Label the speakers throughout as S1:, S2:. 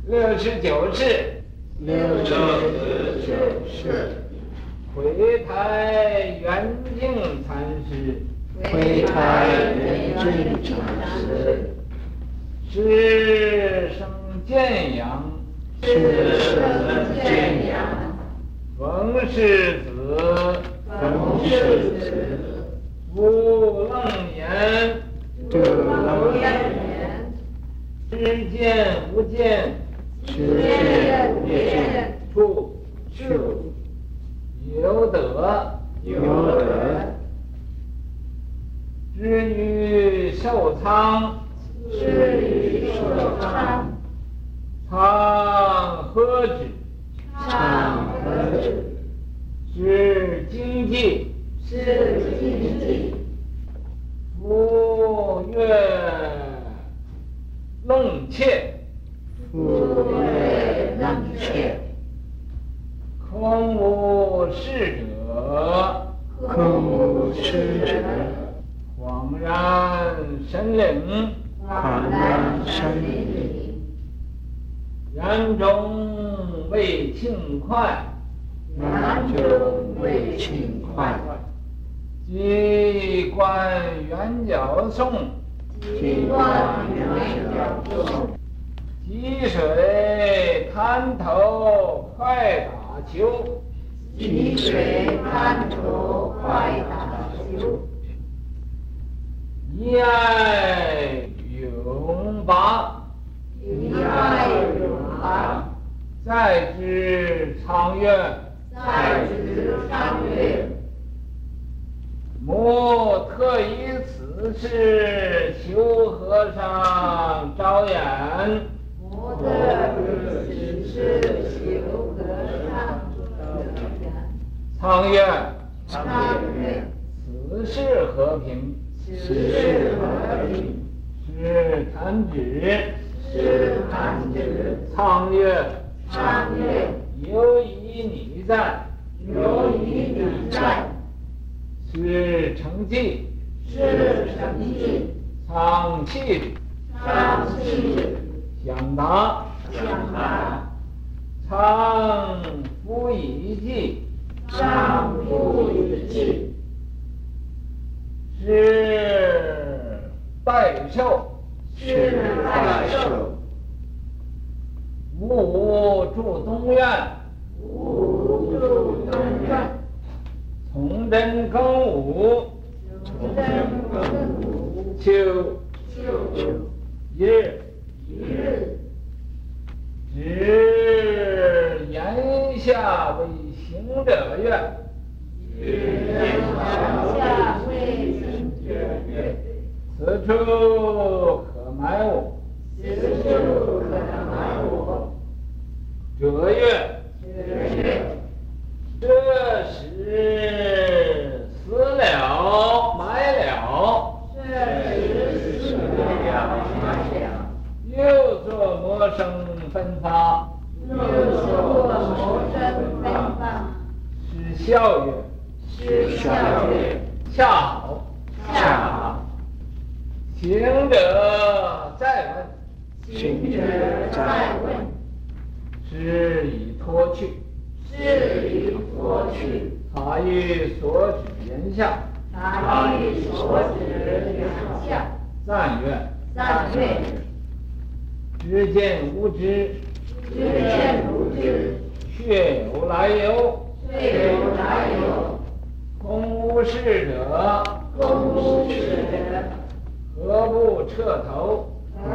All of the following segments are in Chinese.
S1: 69世，回台圆净禅师，师生见阳，冯世子，无楞严，知见无见，处有德，知于寿仓，仓何止，知经济，福月楞切，空无事者，恍然神灵，然中未轻快，机关圆角送，积水滩头快打球，一爱永拔，再知长月，母特以此事求和尚招眼，苍月，此事和平，是弹指，苍月，犹以你在，是成绩，苍气，想达，苍夫以计，是拜寿，吾住东院，从真庚午，秋一日，指炎夏为行者月，此处可埋我，者月，这时死了埋了，又作魔生分发，是孝月，恰好，行者再问，是以脱去，他于所指言下，赞曰，知见无知，血有来由，空无事者，何不彻头？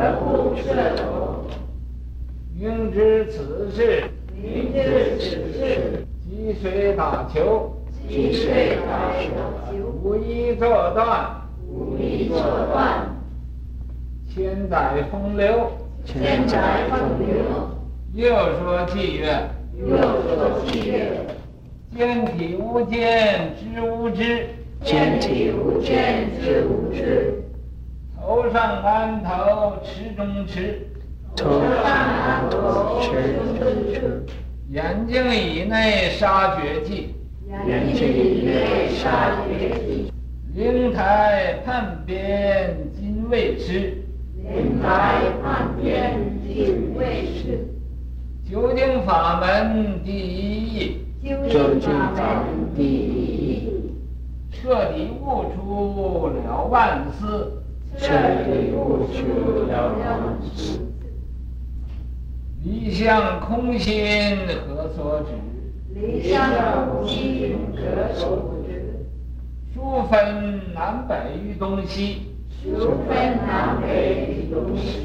S1: 明知此事，积水打球，无一作断，千载风流，又说契约，见体无见，知无知，头上安头，池中吃，眼睛以内杀绝技，灵台畔边今未吃， 究竟法门第一，
S2: 究竟法门第一，
S1: 彻底悟出了万事，
S2: 彻底悟出了万事。
S1: 离相空心何所指？
S2: 离相空心何所指？
S1: 殊分南北与东西，
S2: 殊分南北与东西。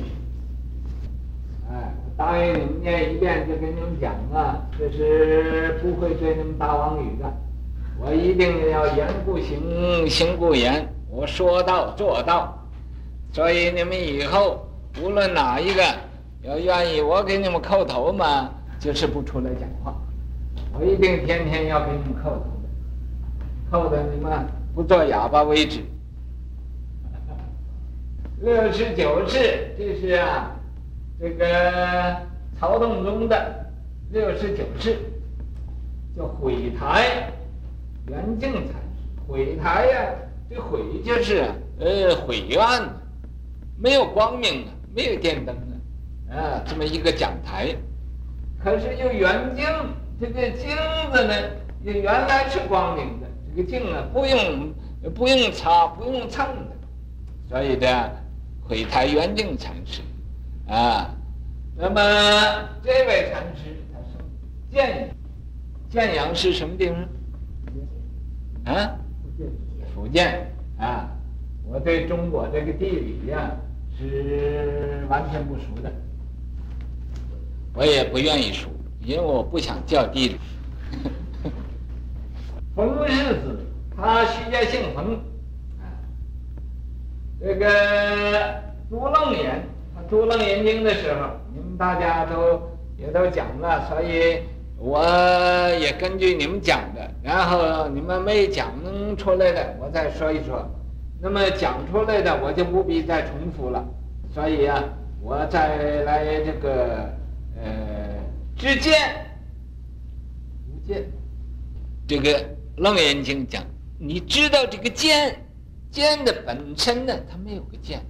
S1: 答应你们念一遍就跟你们讲啊，这是不会对你们打妄语的。我一定要言不行，行不言，我说到做到。所以你们以后无论哪一个要愿意我给你们叩头嘛，就是不出来讲话。我一定天天要给你们叩头的，叩的你们不做哑巴为止。69世，这是这个曹洞宗的69世，叫毁台圆净禅师。毁台呀，这毁就是晦暗，没有光明啊，没有电灯啊，这么一个讲台。可是又圆净，这个镜子呢，也原来是光明的，这个镜啊，不用擦，不用蹭的，所以的毁台圆净禅师。那么这位禅师他是建阳是什么地方？福建啊！我对中国这个地理呀是完全不熟的，我也不愿意熟，因为我不想叫地理。冯世子，他徐家姓冯，这个读楞严。读楞严经的时候，你们大家也都讲了，所以我也根据你们讲的，然后你们没讲出来的，我再说一说。那么讲出来的，我就不必再重复了。所以我再来这个知见无见。这个楞严经讲，你知道这个见的本身呢，它没有个见。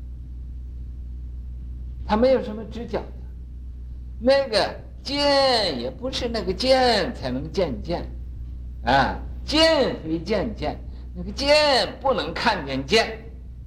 S1: 他没有什么知觉的，那个见也不是那个见才能见，见非见，那个见不能看见见，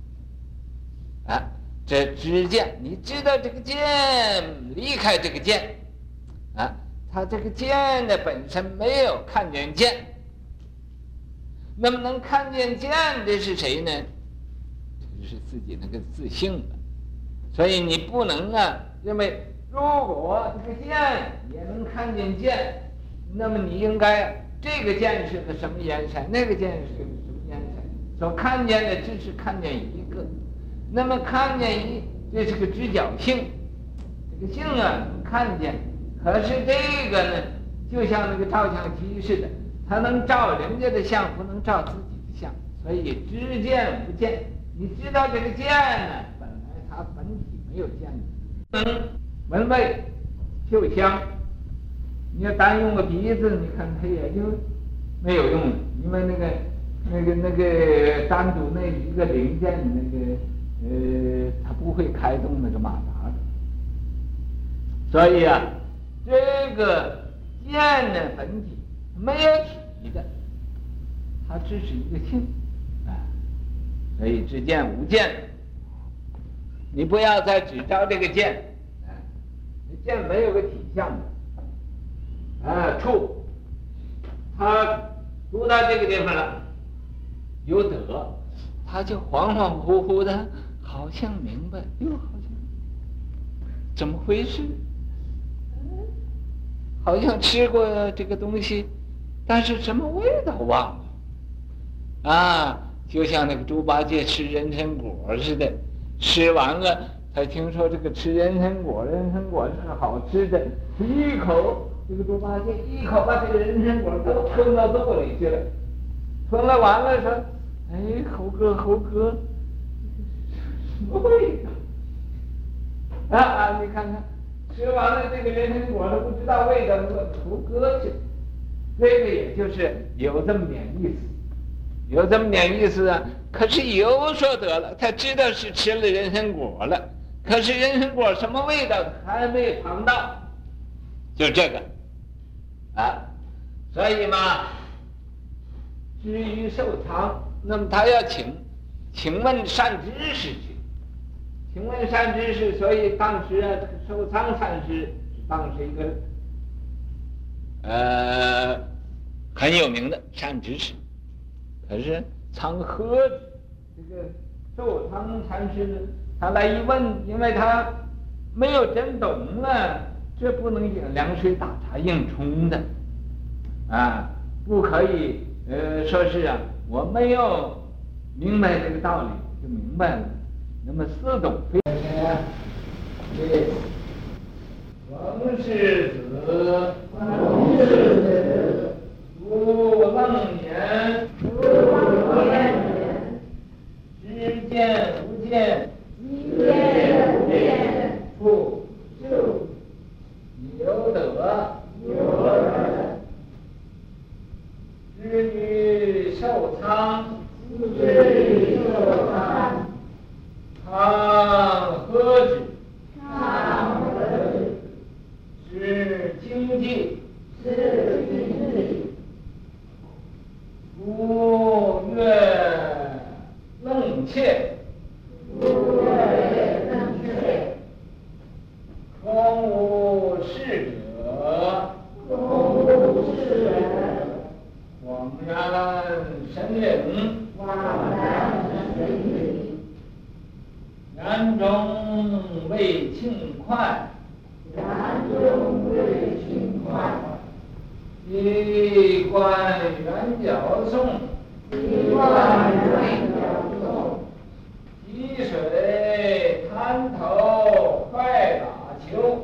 S1: 这知见，你知道这个见离开这个见，他这个见的本身没有看见见，那么能看见见的是谁呢？就是自己那个自性了。所以你不能认为如果这个见也能看见见，那么你应该这个见是个什么颜色，那个见是个什么颜色，所看见的只是看见一个，那么看见这是个知觉性，这个性能看见，可是这个呢，就像那个照相机似的，它能照人家的相，不能照自己的相，所以知见不见。你知道这个见呢，本来它本体没有见的，闻味嗅香，你要单用个鼻子，你看它也就没有用了，因为那个单独那一个零件它不会开动那个马达的，所以这个见的本体没有体的，它只是一个性。所以知见无见，你不要再只照这个见，见没有个体相的，处，他读到这个地方了，有得，他就恍恍惚惚的，好像明白，好像怎么回事？好像吃过这个东西，但是什么味道忘了，就像那个猪八戒吃人参果似的，吃完了，他听说这个吃人参果是好吃的，一口这个猪八戒一口把这个人参果都吞到肚里去了，吞了完了说：“哎，猴哥，什么味道？你看看，吃完了这个人参果了，不知道味道，猴哥去。”这个也就是有这么点意思。有这么点意思可是有说得了，他知道是吃了人参果了，可是人参果什么味道还没尝到， 就这个啊。所以嘛，至于寿堂，那么他要请问善知识去，请问善知识，所以当时啊，这个寿仓禅师是当时一个很有名的善知识。可是仓和这个寿仓禅师呢，他来一问，因为他没有真懂了，这不能用凉水打茶硬冲的啊，不可以说是啊，我没有明白这个道理就明白了。那么似懂非对，冯世子，独楞严，知见无见，处有德，至于寿仓，常何止？是经济，不越楞切，空无事者，恍然神灵，然中未轻快，一观圆角颂，积水滩头快打球，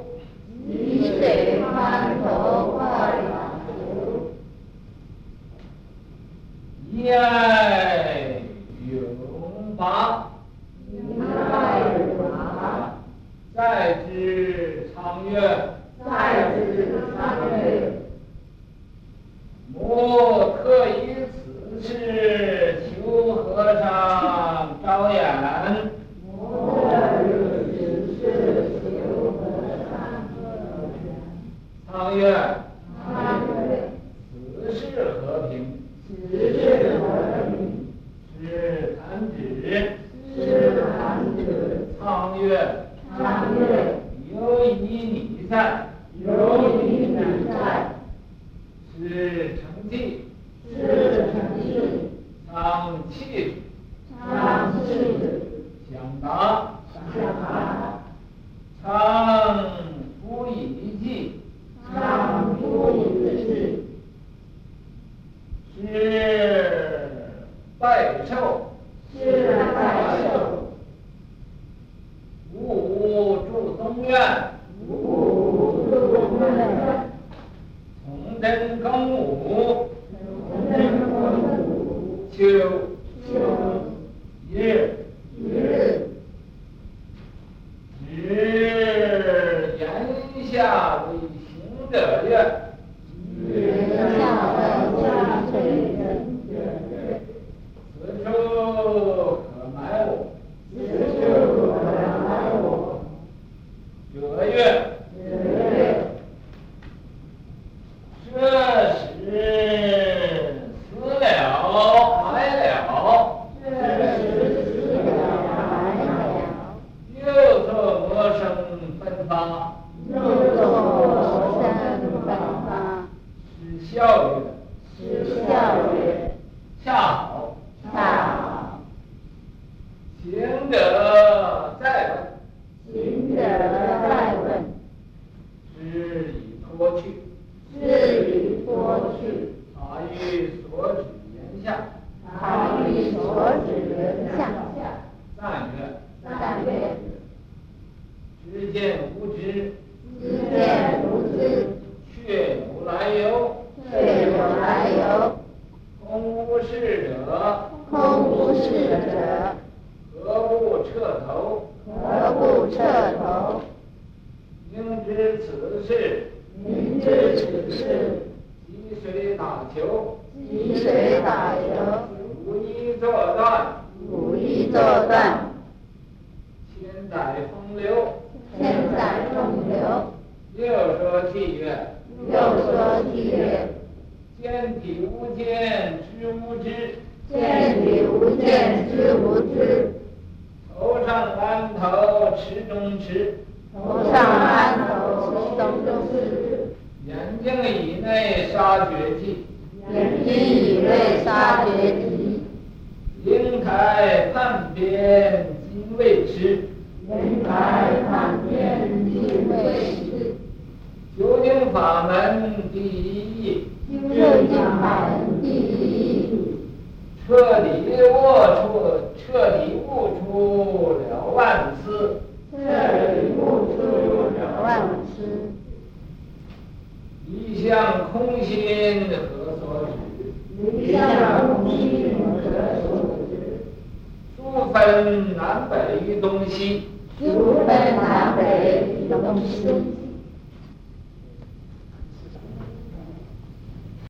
S1: 一爱永拔，再知长乐，莫特以此事求和尚招眼，长乐，此事和平，是弹指，苍月，犹以你在，是成绩，常气想达，常不以计，是拜寿，吾住东院，从真庚午，秋一日，指言下为行者曰，此处可埋我，者曰，这时死了埋了，又作魔生分发，是笑曰，恰好，行者再问，知已脱去，他于所指言下，赞曰，知见无知，确有来由，空无事者，何不彻头？应知此事，积水打球，无一作断，千载风流， 又说契曰：
S2: 又说契曰：
S1: 见体无见，知无知。
S2: 见体无见，知无知。
S1: 头上安头，池中池。
S2: 头上安头，池中池。
S1: 眼睛以内杀绝技，
S2: 眼睛以内杀绝技。
S1: 灵台判边精未迟，
S2: 灵台判边精未迟。
S1: 究竟法门第一义，
S2: 究竟法门第一义。
S1: 彻底悟出了万思，
S2: 彻底悟出了万思。
S1: 一向空心何所指？
S2: 一向空心何所指？
S1: 诸分南北与东西，
S2: 诸分南北与东西。